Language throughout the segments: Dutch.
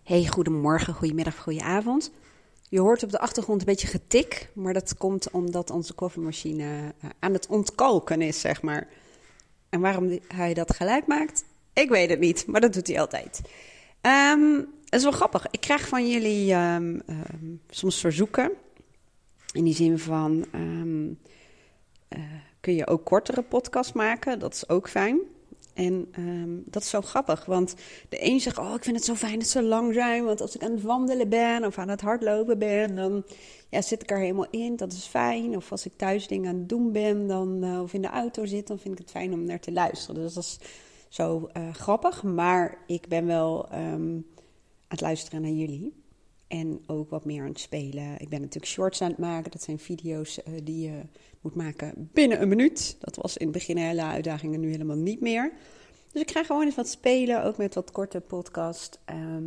Hey, goedemorgen, goedemiddag, goedenavond. Je hoort op de achtergrond een beetje getik, maar dat komt omdat onze koffiemachine aan het ontkalken is, zeg maar. En waarom hij dat geluid maakt, ik weet het niet, maar dat doet hij altijd. Het is wel grappig. Ik krijg van jullie soms verzoeken. In die zin van, kun je ook kortere podcasts maken? Dat is ook fijn. En dat is zo grappig, want de een zegt, ik vind het zo fijn dat ze lang zijn. Want als ik aan het wandelen ben of aan het hardlopen ben, dan zit ik er helemaal in. Dat is fijn. Of als ik thuis dingen aan het doen ben of in de auto zit, dan vind ik het fijn om naar te luisteren. Dus dat is zo grappig. Maar ik ben wel aan het luisteren naar jullie. En ook wat meer aan het spelen. Ik ben natuurlijk shorts aan het maken. Dat zijn video's die je moet maken binnen een minuut. Dat was in het begin een hele uitdaging en nu helemaal niet meer. Dus ik krijg gewoon eens wat spelen, ook met wat korte podcast.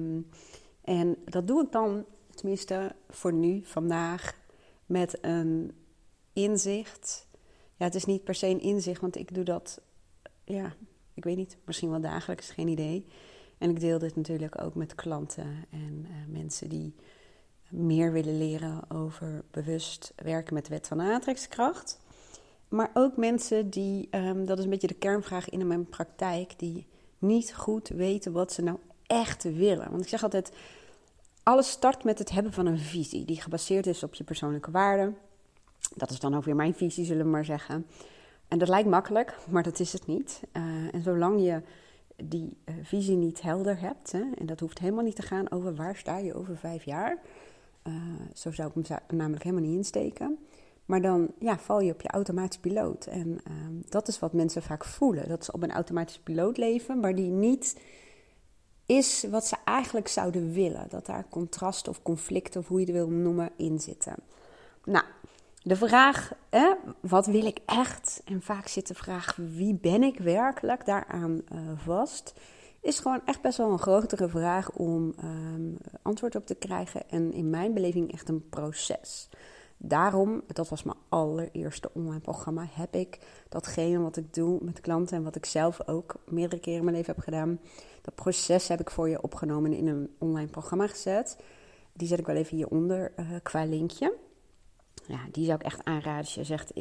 En dat doe ik dan, tenminste voor nu, vandaag, met een inzicht. Ja, het is niet per se een inzicht, want ik doe dat, ik weet niet, misschien wel dagelijks, geen idee. En ik deel dit natuurlijk ook met klanten en mensen die meer willen leren over bewust werken met de wet van de aantrekkingskracht. Maar ook mensen die, dat is een beetje de kernvraag in mijn praktijk, die niet goed weten wat ze nou echt willen. Want ik zeg altijd, alles start met het hebben van een visie die gebaseerd is op je persoonlijke waarden. Dat is dan ook weer mijn visie, zullen we maar zeggen. En dat lijkt makkelijk, maar dat is het niet. En zolang je die visie niet helder hebt, en dat hoeft helemaal niet te gaan over waar sta je over 5 jaar. Zo zou ik hem namelijk helemaal niet insteken. Maar dan val je op je automatische piloot. En dat is wat mensen vaak voelen. Dat ze op een automatische piloot leven, maar die niet is wat ze eigenlijk zouden willen. Dat daar contrast of conflict, of hoe je het wil noemen, in zitten. Nou, de vraag, wat wil ik echt? En vaak zit de vraag, wie ben ik werkelijk, daaraan vast. Is gewoon echt best wel een grotere vraag om antwoord op te krijgen. En in mijn beleving echt een proces. Daarom, dat was mijn allereerste online programma, heb ik datgene wat ik doe met klanten en wat ik zelf ook meerdere keren in mijn leven heb gedaan. Dat proces heb ik voor je opgenomen en in een online programma gezet. Die zet ik wel even hieronder qua linkje. Ja, die zou ik echt aanraden als je zegt,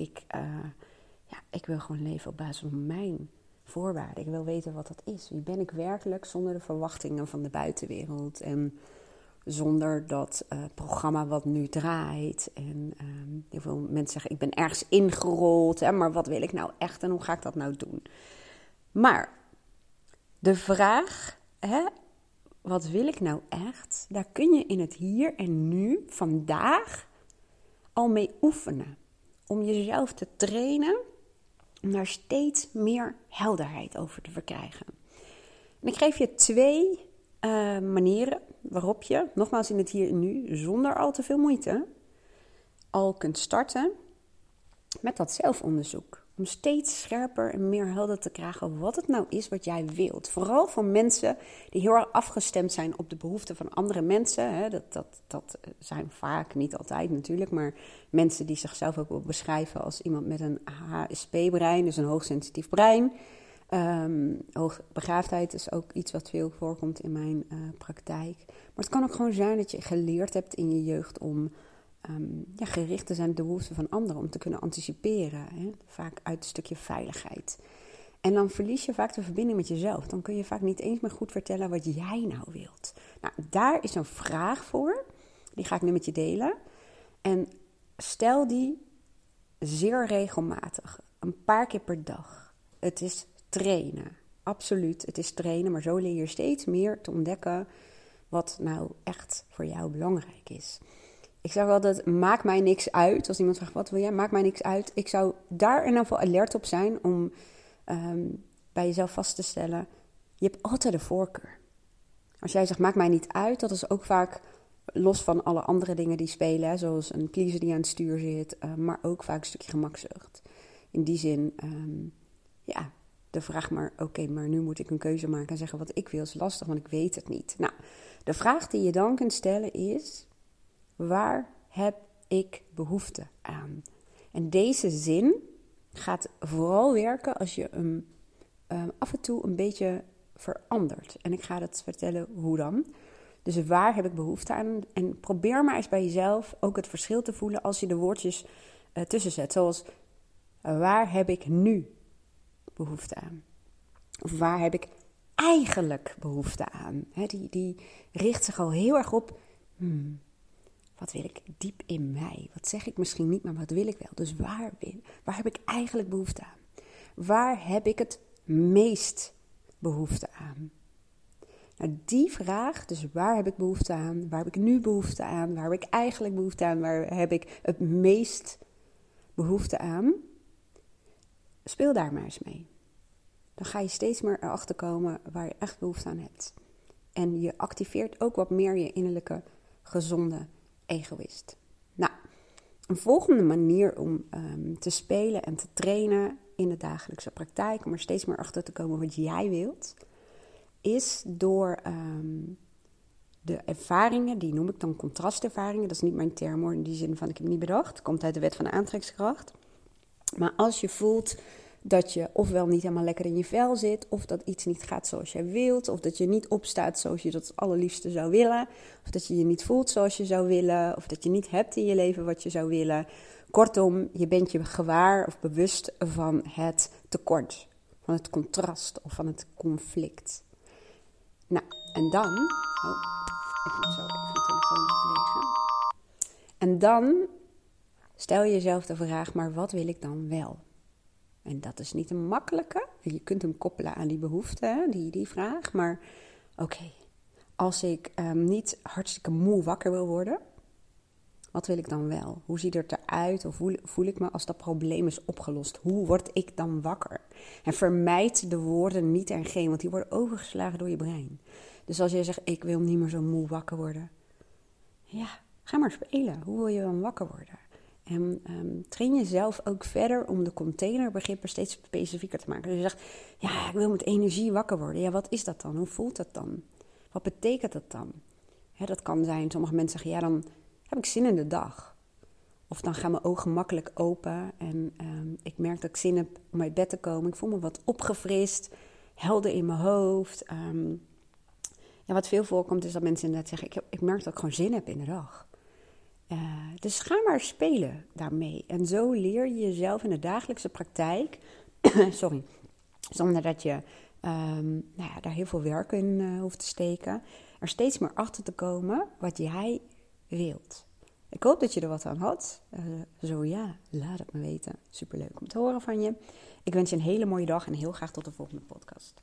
ik wil gewoon leven op basis van mijn voorwaarden. Ik wil weten wat dat is. Wie ben ik werkelijk zonder de verwachtingen van de buitenwereld en zonder dat programma wat nu draait. En heel veel mensen zeggen, ik ben ergens ingerold. Maar wat wil ik nou echt en hoe ga ik dat nou doen? Maar de vraag, wat wil ik nou echt? Daar kun je in het hier en nu, vandaag, al mee oefenen. Om jezelf te trainen, om daar steeds meer helderheid over te verkrijgen. En ik geef je 2 manieren waarop je, nogmaals in het hier en nu, zonder al te veel moeite, al kunt starten met dat zelfonderzoek. Om steeds scherper en meer helder te krijgen wat het nou is wat jij wilt. Vooral van mensen die heel erg afgestemd zijn op de behoeften van andere mensen. Dat zijn vaak, niet altijd natuurlijk, maar mensen die zichzelf ook beschrijven als iemand met een HSP-brein, dus een hoogsensitief brein. Hoogbegaafdheid is ook iets wat veel voorkomt in mijn praktijk. Maar het kan ook gewoon zijn dat je geleerd hebt in je jeugd om gericht te zijn op de behoeften van anderen, om te kunnen anticiperen. Vaak uit een stukje veiligheid. En dan verlies je vaak de verbinding met jezelf. Dan kun je vaak niet eens meer goed vertellen wat jij nou wilt. Nou, daar is een vraag voor. Die ga ik nu met je delen. En stel die zeer regelmatig. Een paar keer per dag. Het is trainen. Absoluut, het is trainen. Maar zo leer je steeds meer te ontdekken wat nou echt voor jou belangrijk is. Ik zeg altijd, maakt mij niks uit. Als iemand vraagt, wat wil jij? Maakt mij niks uit. Ik zou daar in ieder geval alert op zijn om bij jezelf vast te stellen, je hebt altijd een voorkeur. Als jij zegt, maakt mij niet uit, dat is ook vaak los van alle andere dingen die spelen. Zoals een pleaser die aan het stuur zit, maar ook vaak een stukje gemakzucht. In die zin, de vraag maar, maar nu moet ik een keuze maken en zeggen wat ik wil is lastig, want ik weet het niet. Nou, de vraag die je dan kunt stellen is, waar heb ik behoefte aan? En deze zin gaat vooral werken als je hem af en toe een beetje verandert. En ik ga het vertellen hoe dan. Dus waar heb ik behoefte aan? En probeer maar eens bij jezelf ook het verschil te voelen als je de woordjes tussen zet. Zoals, waar heb ik nu behoefte aan? Of waar heb ik eigenlijk behoefte aan? Die richt zich al heel erg op, wat wil ik diep in mij? Wat zeg ik misschien niet, maar wat wil ik wel? Dus waar heb ik eigenlijk behoefte aan? Waar heb ik het meest behoefte aan? Nou, die vraag, dus waar heb ik behoefte aan? Waar heb ik nu behoefte aan? Waar heb ik eigenlijk behoefte aan? Waar heb ik het meest behoefte aan? Speel daar maar eens mee. Dan ga je steeds meer erachter komen waar je echt behoefte aan hebt. En je activeert ook wat meer je innerlijke, gezonde egoïst. Nou, een volgende manier om te spelen en te trainen in de dagelijkse praktijk, om er steeds meer achter te komen wat jij wilt, is door de ervaringen, die noem ik dan contrastervaringen. Dat is niet mijn term hoor, in die zin van ik heb het niet bedacht. Het komt uit de wet van de aantrekkingskracht. Maar als je voelt dat je ofwel niet helemaal lekker in je vel zit, of dat iets niet gaat zoals jij wilt, of dat je niet opstaat zoals je dat het allerliefste zou willen, of dat je je niet voelt zoals je zou willen, of dat je niet hebt in je leven wat je zou willen. Kortom, je bent je gewaar of bewust van het tekort, van het contrast of van het conflict. Nou, en dan... ik moet zo even de telefoon plegen. En dan stel je jezelf de vraag, maar wat wil ik dan wel? En dat is niet een makkelijke. Je kunt hem koppelen aan die behoefte, die vraag. Maar oké, als ik niet hartstikke moe wakker wil worden, wat wil ik dan wel? Hoe ziet het eruit of hoe voel ik me als dat probleem is opgelost? Hoe word ik dan wakker? En vermijd de woorden niet en geen, want die worden overgeslagen door je brein. Dus als je zegt, ik wil niet meer zo moe wakker worden. Ja, ga maar spelen. Hoe wil je dan wakker worden? En train jezelf ook verder om de containerbegrippen steeds specifieker te maken. Dus je zegt, ja, ik wil met energie wakker worden. Ja, wat is dat dan? Hoe voelt dat dan? Wat betekent dat dan? Dat kan zijn, sommige mensen zeggen, ja, dan heb ik zin in de dag. Of dan gaan mijn ogen makkelijk open en ik merk dat ik zin heb om uit bed te komen. Ik voel me wat opgefrist, helder in mijn hoofd. Wat veel voorkomt is dat mensen inderdaad zeggen, ik merk dat ik gewoon zin heb in de dag. Dus ga maar spelen daarmee. En zo leer je jezelf in de dagelijkse praktijk, zonder dat je daar heel veel werk in hoeft te steken, er steeds meer achter te komen wat jij wilt. Ik hoop dat je er wat aan had. Zo ja, laat het me weten. Superleuk om te horen van je. Ik wens je een hele mooie dag en heel graag tot de volgende podcast.